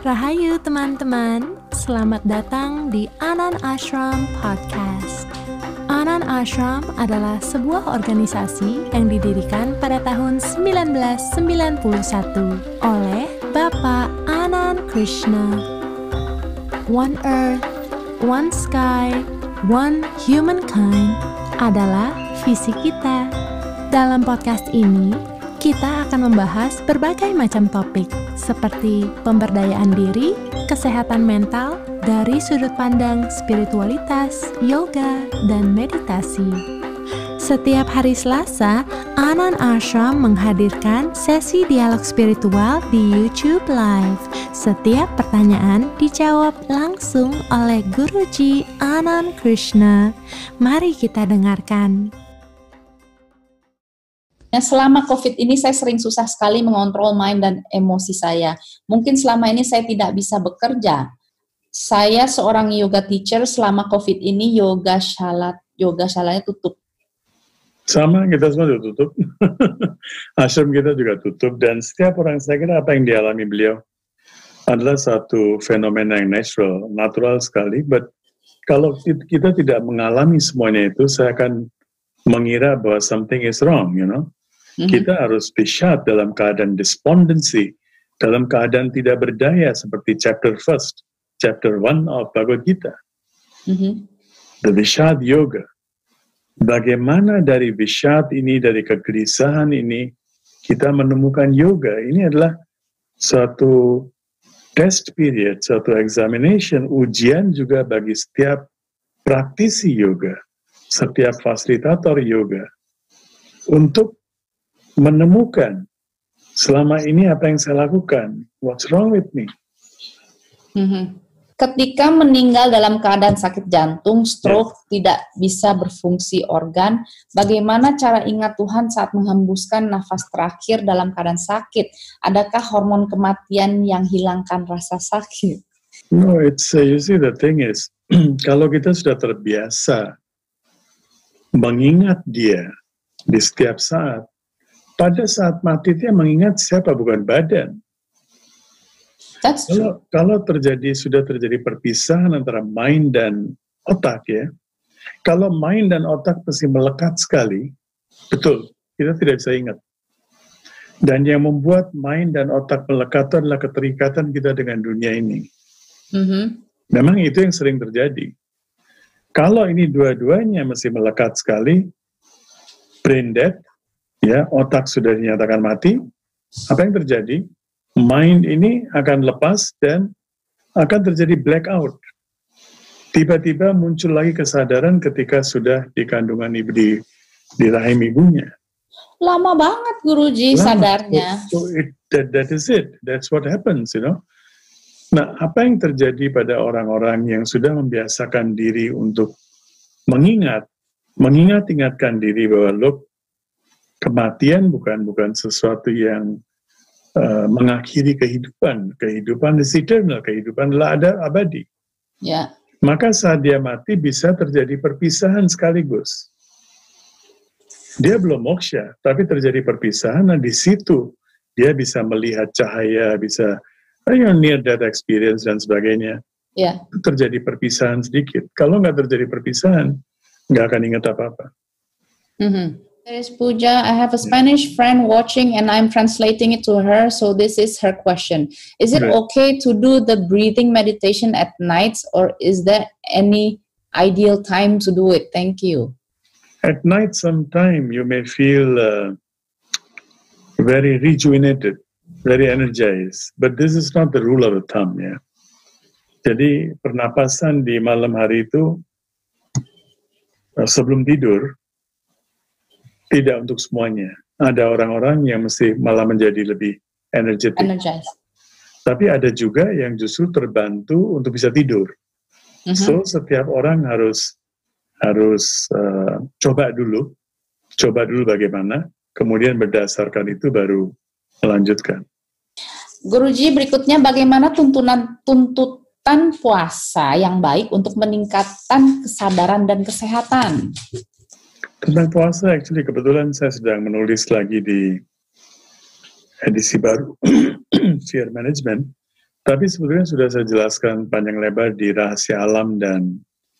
Rahayu teman-teman, selamat datang di Anan Ashram Podcast. Anan Ashram adalah sebuah organisasi yang didirikan pada tahun 1991 oleh Bapak Anand Krishna. One Earth, One Sky, One Humankind adalah visi kita. Dalam podcast ini, kita akan membahas berbagai macam topik seperti pemberdayaan diri, kesehatan mental, dari sudut pandang spiritualitas, yoga, dan meditasi. Setiap hari Selasa, Anan Ashram menghadirkan sesi dialog spiritual di YouTube Live. Setiap pertanyaan dijawab langsung oleh Guruji Anand Krishna. Mari kita dengarkan. Selama COVID ini saya sering susah sekali mengontrol mind dan emosi saya. Mungkin selama ini saya tidak bisa bekerja. Saya seorang yoga teacher, selama COVID ini yoga shalatnya tutup. Sama, kita semua juga tutup. Ashram kita juga tutup. Dan setiap orang, saya kira apa yang dialami beliau adalah satu fenomena yang natural sekali. But kalau kita tidak mengalami semuanya itu, saya akan mengira bahwa something is wrong, you know. Kita harus bishad dalam keadaan despondency, dalam keadaan tidak berdaya seperti chapter 1 of Bhagavad Gita. The Vishad Yoga. Bagaimana dari Vishad ini, dari kegelisahan ini, kita menemukan yoga. Ini adalah suatu test period, suatu examination, ujian juga bagi setiap praktisi yoga, setiap fasilitator yoga, untuk menemukan selama ini apa yang saya lakukan, what's wrong with me. Ketika meninggal dalam keadaan sakit jantung, stroke, tidak bisa berfungsi organ, bagaimana cara ingat Tuhan saat menghembuskan nafas terakhir dalam keadaan sakit? Adakah hormon kematian yang hilangkan rasa sakit? No, it's you see the thing is, kalau kita sudah terbiasa mengingat dia di setiap saat, pada saat mati dia mengingat siapa, bukan badan. Kalau sudah terjadi perpisahan antara mind dan otak ya, kalau mind dan otak pasti melekat sekali, betul, kita tidak bisa ingat. Dan yang membuat mind dan otak melekat adalah keterikatan kita dengan dunia ini. Memang itu yang sering terjadi. Kalau ini dua-duanya masih melekat sekali, brain dead, ya, otak sudah dinyatakan mati, apa yang terjadi? Mind ini akan lepas dan akan terjadi blackout. Tiba-tiba muncul lagi kesadaran ketika sudah di kandungan ibu, di rahim ibunya. Lama banget Guruji sadarnya. So that is it. That's what happens, you know. Nah, apa yang terjadi pada orang-orang yang sudah membiasakan diri untuk mengingat-ingatkan diri bahwa look, kematian bukan sesuatu yang mengakhiri kehidupan. Kehidupan is eternal, kehidupan adalah abadi. Yeah. Maka saat dia mati bisa terjadi perpisahan sekaligus. Dia belum moksha, tapi terjadi perpisahan, dan di situ dia bisa melihat cahaya, bisa near death experience dan sebagainya. Yeah. Terjadi perpisahan sedikit. Kalau nggak terjadi perpisahan, nggak akan ingat apa-apa. There is Puja. I have a Spanish friend watching and I'm translating it to her. So this is her question. Is it okay to do the breathing meditation at nights, or is there any ideal time to do it? Thank you. At night sometime you may feel very rejuvenated, very energized. But this is not the rule of the thumb. Ya. Jadi pernapasan di malam hari itu sebelum tidur, tidak untuk semuanya. Ada orang-orang yang mesti malah menjadi lebih energetic. Tapi ada juga yang justru terbantu untuk bisa tidur. So setiap orang harus coba dulu bagaimana, kemudian berdasarkan itu baru melanjutkan. Guruji, berikutnya bagaimana tuntutan puasa yang baik untuk meningkatkan kesadaran dan kesehatan? Tentang puasa, actually kebetulan saya sedang menulis lagi di edisi baru Fear Management Tapi sebetulnya sudah saya jelaskan panjang lebar di rahasia alam dan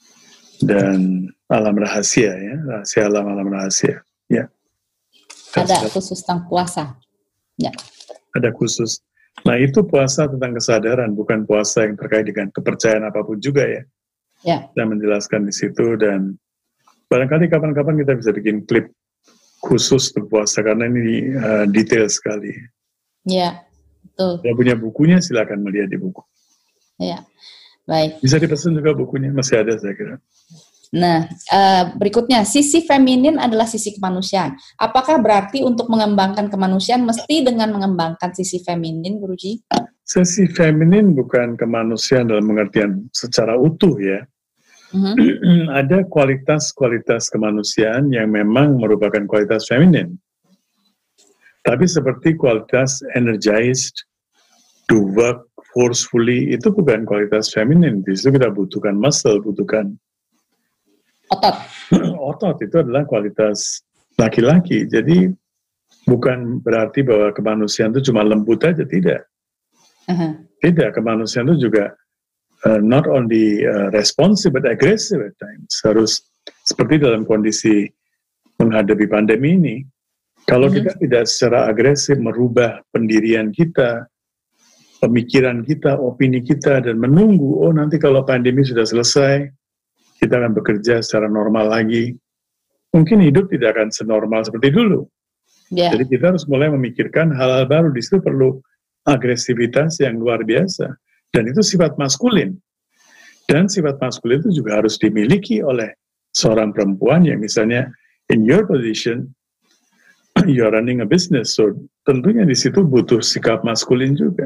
alam rahasia ya, rahasia alam rahasia. Ya. Ada khusus tentang puasa. Ya. Ada khusus. Nah itu puasa tentang kesadaran, bukan puasa yang terkait dengan kepercayaan apapun juga ya. Ya. Saya menjelaskan di situ dan barangkali kapan-kapan kita bisa bikin klip khusus untuk puasa karena ini detail sekali. Ya. Betul. Kalau punya bukunya silakan melihat di buku. Ya, baik. Bisa dipesan juga bukunya, masih ada saya kira. Nah, berikutnya, sisi feminin adalah sisi kemanusiaan. Apakah berarti untuk mengembangkan kemanusiaan mesti dengan mengembangkan sisi feminin, Guruji? Sisi feminin bukan kemanusiaan dalam pengertian secara utuh ya. Ada kualitas-kualitas kemanusiaan yang memang merupakan kualitas feminin. Tapi seperti kualitas energized, to work forcefully, itu bukan kualitas feminin. Di situ kita butuhkan muscle, butuhkan otot. Otot itu adalah kualitas laki-laki. Jadi bukan berarti bahwa kemanusiaan itu cuma lembut aja, tidak. Tidak, kemanusiaan itu juga not only responsive but aggressive at times. Harus seperti dalam kondisi menghadapi pandemi ini. Kalau kita tidak secara agresif merubah pendirian kita, pemikiran kita, opini kita, dan menunggu, nanti kalau pandemi sudah selesai, kita akan bekerja secara normal lagi. Mungkin hidup tidak akan senormal seperti dulu. Yeah. Jadi kita harus mulai memikirkan hal-hal baru. Di situ perlu agresivitas yang luar biasa. Dan itu sifat maskulin. Dan sifat maskulin itu juga harus dimiliki oleh seorang perempuan yang misalnya in your position, you are running a business, so tentunya di situ butuh sikap maskulin juga.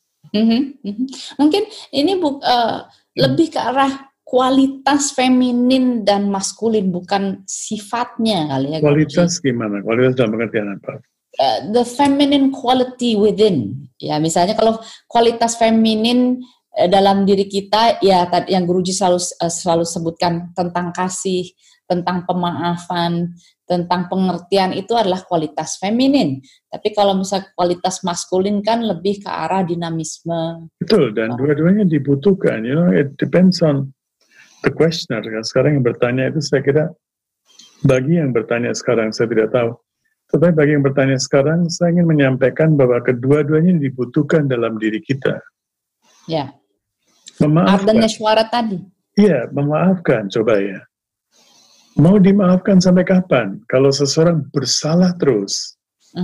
Mungkin ini lebih ke arah kualitas feminin dan maskulin, bukan sifatnya kali ya. Kualitas gimana? Kualitas dalam pengertian apa? The feminine quality within. Ya, misalnya kalau kualitas feminin dalam diri kita, ya yang Guruji selalu sebutkan tentang kasih, tentang pemaafan, tentang pengertian, itu adalah kualitas feminin. Tapi kalau misalnya kualitas maskulin kan lebih ke arah dinamisme. Betul, dan dua-duanya dibutuhkan. It depends on the questioner. Sekarang yang bertanya itu saya kira, bagi yang bertanya sekarang saya tidak tahu. Tetapi bagi yang bertanya sekarang, saya ingin menyampaikan bahwa kedua-duanya dibutuhkan dalam diri kita. Ya. Memaafkan. Ardanya suara tadi. Iya, memaafkan, coba ya. Mau dimaafkan sampai kapan? Kalau seseorang bersalah terus,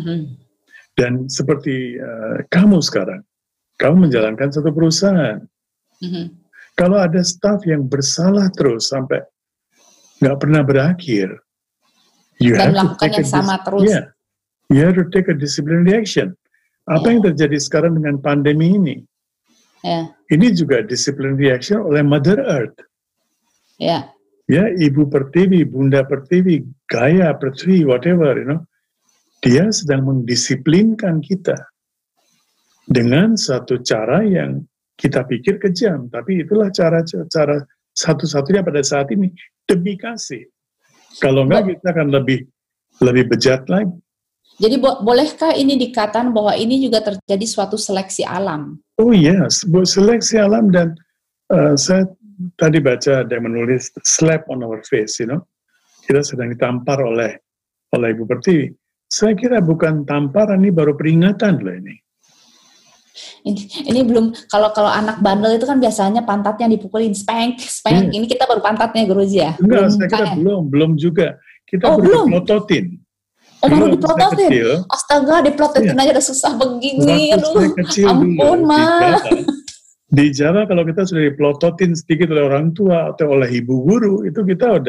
dan seperti kamu sekarang, kamu menjalankan satu perusahaan. Kalau ada staf yang bersalah terus sampai nggak pernah berakhir, dan melakukan yang sama terus. Yeah, you have to take a disciplinary action. Apa yang terjadi sekarang dengan pandemi ini? Ini juga disciplinary action oleh Mother Earth. Ya, Ibu Pertiwi, Bunda Pertiwi, Gaia Pertiwi, whatever, dia sedang mendisiplinkan kita dengan satu cara yang kita pikir kejam, tapi itulah cara satu-satunya pada saat ini, demi kasih. Kalau enggak, kita akan lebih bejat lagi. Jadi bolehkah ini dikatakan bahwa ini juga terjadi suatu seleksi alam? Oh yes, seleksi alam, dan saya tadi baca ada yang menulis slap on our face, kita sedang ditampar oleh Ibu Pertiwi. Saya kira bukan tamparan, ini baru peringatan loh ini. Ini belum, kalau anak bandel itu kan biasanya pantatnya dipukulin, spank. Ini kita baru pantatnya, Guruji ya? Enggak, saya kira belum juga. Kita baru diplototin. Baru diplototin? Astaga, diplototin aja udah susah begini. Aduh, ampun, Ma. Di Jawa kalau kita sudah diplototin sedikit oleh orang tua atau oleh ibu guru, itu kita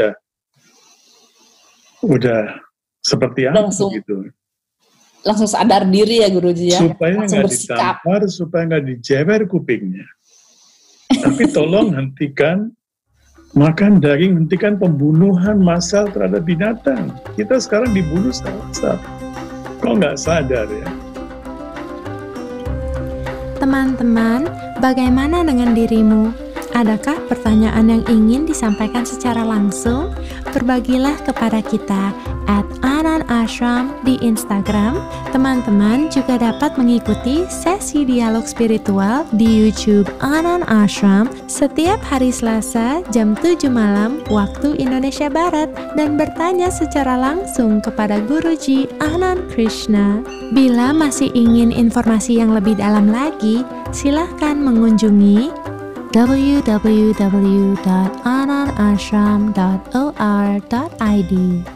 udah seperti apa gitu. Langsung sadar diri ya, Guruji ya. Supaya nggak ditampar, supaya nggak dijewer kupingnya. Tapi tolong hentikan makan daging, hentikan pembunuhan massal terhadap binatang. Kita sekarang dibunuh saat kok nggak sadar ya. Teman-teman, bagaimana dengan dirimu? Adakah pertanyaan yang ingin disampaikan secara langsung? Berbagilah kepada kita Anan Ashram di Instagram. Teman-teman juga dapat mengikuti sesi dialog spiritual di YouTube Anan Ashram setiap hari Selasa jam 7 malam waktu Indonesia Barat dan bertanya secara langsung kepada Guruji Anand Krishna. Bila masih ingin informasi yang lebih dalam lagi, silahkan mengunjungi www.anandashram.or.id.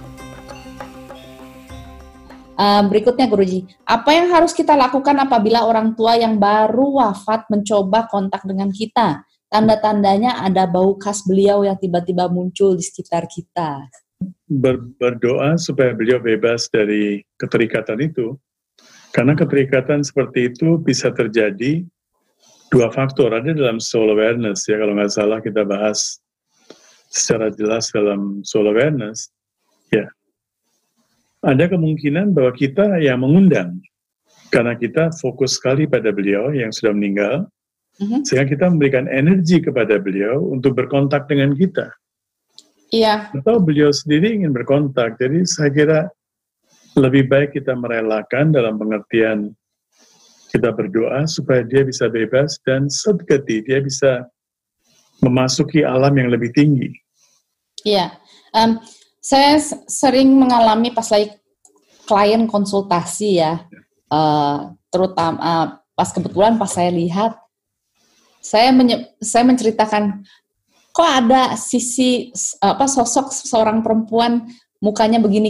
Berikutnya Guruji, apa yang harus kita lakukan apabila orang tua yang baru wafat mencoba kontak dengan kita? Tanda-tandanya ada bau khas beliau yang tiba-tiba muncul di sekitar kita. Berdoa supaya beliau bebas dari keterikatan itu. Karena keterikatan seperti itu bisa terjadi dua faktor. Ada dalam soul awareness, ya kalau nggak salah kita bahas secara jelas dalam soul awareness. Ya, ada kemungkinan bahwa kita yang mengundang. Karena kita fokus sekali pada beliau yang sudah meninggal, sehingga kita memberikan energi kepada beliau untuk berkontak dengan kita. Iya. Atau beliau sendiri ingin berkontak. Jadi saya kira lebih baik kita merelakan dalam pengertian kita berdoa supaya dia bisa bebas dan sedekati dia bisa memasuki alam yang lebih tinggi. Iya, saya sering mengalami pas lagi klien konsultasi ya, terutama pas kebetulan pas saya lihat, saya menceritakan kok ada sisi sosok seorang perempuan mukanya begini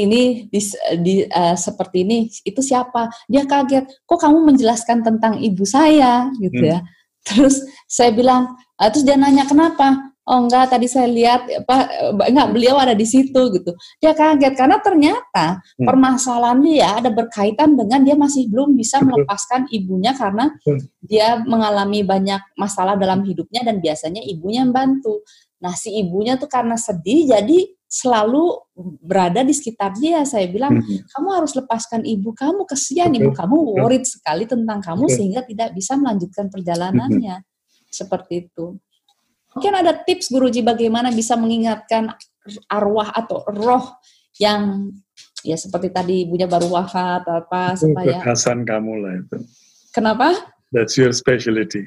seperti ini, itu siapa? Dia kaget, kok kamu menjelaskan tentang ibu saya gitu ya. Terus saya bilang, terus dia nanya kenapa? Oh enggak, tadi saya lihat beliau ada di situ gitu. Dia kaget karena ternyata permasalahan dia ada berkaitan dengan dia masih belum bisa melepaskan ibunya karena dia mengalami banyak masalah dalam hidupnya dan biasanya ibunya membantu. Nah si ibunya tuh karena sedih jadi selalu berada di sekitar dia. Saya bilang, kamu harus lepaskan ibu kamu, kesian ibu kamu worried sekali tentang kamu sehingga tidak bisa melanjutkan perjalanannya. Seperti itu. Mungkin ada tips Guruji bagaimana bisa mengingatkan arwah atau roh yang ya seperti tadi ibunya baru wafat atau apa itu supaya kekhasan kamu lah itu. Kenapa? That's your specialty.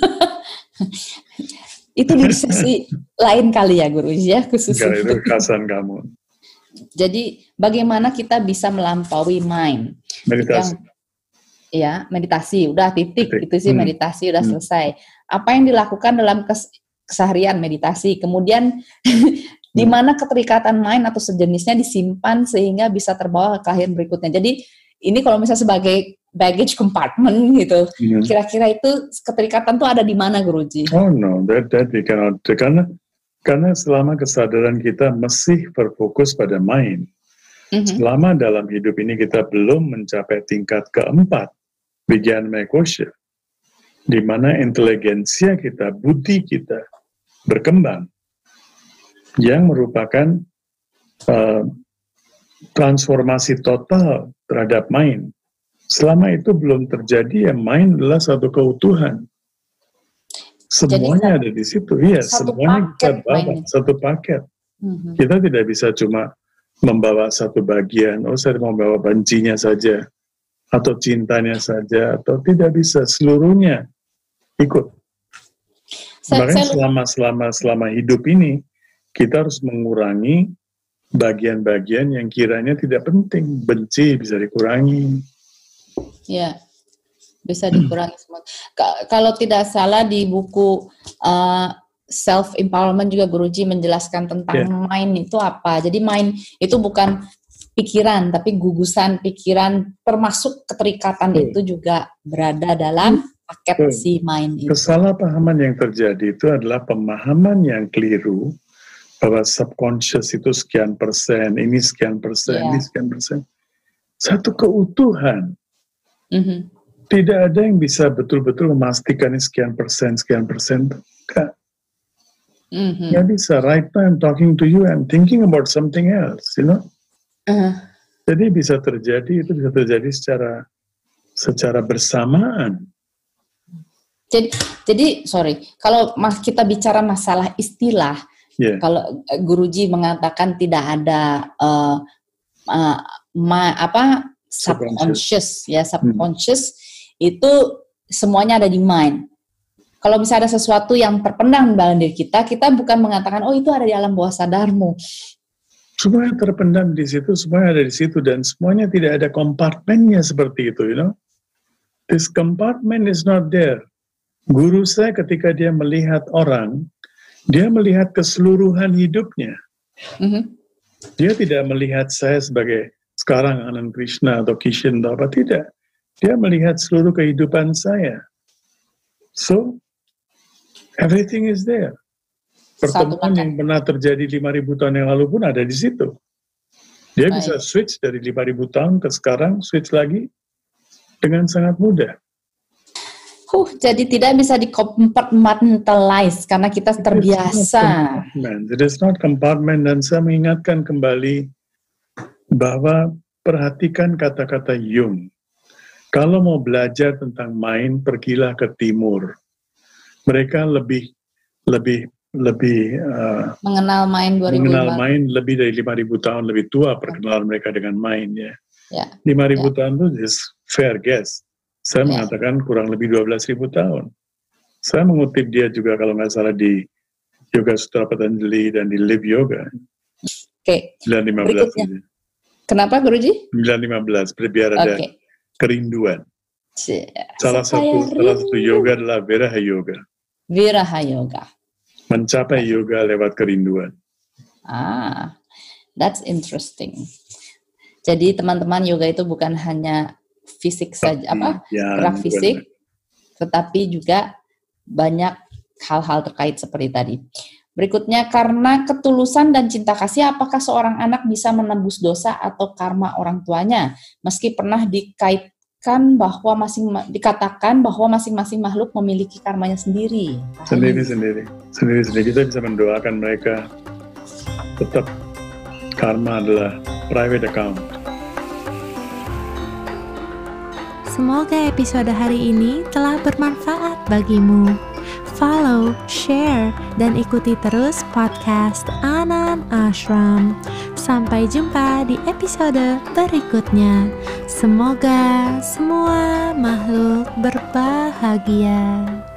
Itu di sesi lain kali ya Guruji ya khusus. Enggak, itu kekhasan kamu. Jadi bagaimana kita bisa melampaui mind? Meditasi. Meditasi udah titik. Itu sih meditasi udah selesai. Apa yang dilakukan dalam keseharian meditasi? Kemudian di mana keterikatan mind atau sejenisnya disimpan sehingga bisa terbawa ke kelahiran berikutnya. Jadi ini kalau misalnya sebagai baggage compartment gitu, kira-kira itu keterikatan tuh ada di mana Guruji? Oh no, that we cannot. Karena selama kesadaran kita masih berfokus pada mind, selama dalam hidup ini kita belum mencapai tingkat keempat, Vijnana Kosha, di mana inteligensia kita, budi kita berkembang, yang merupakan transformasi total terhadap mind. Selama itu belum terjadi, ya mind adalah satu keutuhan. Semuanya ada di situ, iya. Semuanya kita bawa satu paket. Kita tidak bisa cuma membawa satu bagian. Oh, saya mau bawa bencinya saja, atau cintanya saja, atau tidak bisa seluruhnya ikut. Makanya selama hidup ini kita harus mengurangi bagian-bagian yang kiranya tidak penting. Benci bisa dikurangi. Ya, bisa dikurangi semua. Kalau tidak salah di buku Self Empowerment juga Guruji menjelaskan tentang mind itu apa. Jadi mind itu bukan pikiran, tapi gugusan pikiran, termasuk keterikatan itu juga berada dalam paket si mind itu. Kesalahpahaman yang terjadi itu adalah pemahaman yang keliru bahwa subconscious itu sekian persen, ini sekian persen, ini sekian persen. Satu keutuhan. Tidak ada yang bisa betul-betul memastikan ini sekian persen. Enggak. Nggak bisa. Right now I'm talking to you, I'm thinking about something else, you know. Jadi itu bisa terjadi secara bersamaan. Jadi kalau kita bicara masalah istilah, kalau Guruji mengatakan tidak ada subconscious ya, subconscious itu semuanya ada di mind. Kalau misalnya ada sesuatu yang terpendam dalam diri kita, kita bukan mengatakan, oh itu ada di alam bawah sadarmu. Semuanya terpendam di situ, semuanya ada di situ, dan semuanya tidak ada kompartmennya seperti itu, you know. This compartment is not there. Guru saya ketika dia melihat orang, dia melihat keseluruhan hidupnya. Dia tidak melihat saya sebagai sekarang Anand Krishna atau Kishin atau apa, tidak. Dia melihat seluruh kehidupan saya. So, everything is there. Pertemuan yang pernah terjadi 5.000 tahun yang lalu pun ada di situ. Dia bisa switch dari 5.000 tahun ke sekarang, switch lagi dengan sangat mudah. Jadi tidak bisa di-compartmentalize karena kita terbiasa. It is not compartment, dan saya mengingatkan kembali bahwa perhatikan kata-kata Jung. Kalau mau belajar tentang mind, pergilah ke timur. Mereka lebih mengenal mind 2005. Mengenal mind lebih dari 5.000 tahun lebih tua perkenalan mereka dengan mind ya. 5.000 tahun itu is fair guess. Saya mengatakan kurang lebih 12.000 tahun. Saya mengutip dia juga kalau nggak salah di Yoga Sutra Patanjali dan di Live Yoga. Oke. 915. Kenapa Guruji? 915 biar ada kerinduan. Salah satu yoga adalah Viraha Yoga. Viraha Yoga. Mencapai yoga lewat kerinduan. That's interesting. Jadi teman-teman, yoga itu bukan hanya fisik saja, gerak fisik, tetapi juga banyak hal-hal terkait seperti tadi. Berikutnya, karena ketulusan dan cinta kasih, apakah seorang anak bisa menebus dosa atau karma orang tuanya, meski pernah dikatakan bahwa masing-masing makhluk memiliki karmanya sendiri. Sendiri. Kita bisa mendoakan mereka. Tetap karma adalah private account. Semoga episode hari ini telah bermanfaat bagimu. Follow, share, dan ikuti terus podcast Anand Ashram. Sampai jumpa di episode berikutnya. Semoga semua makhluk berbahagia.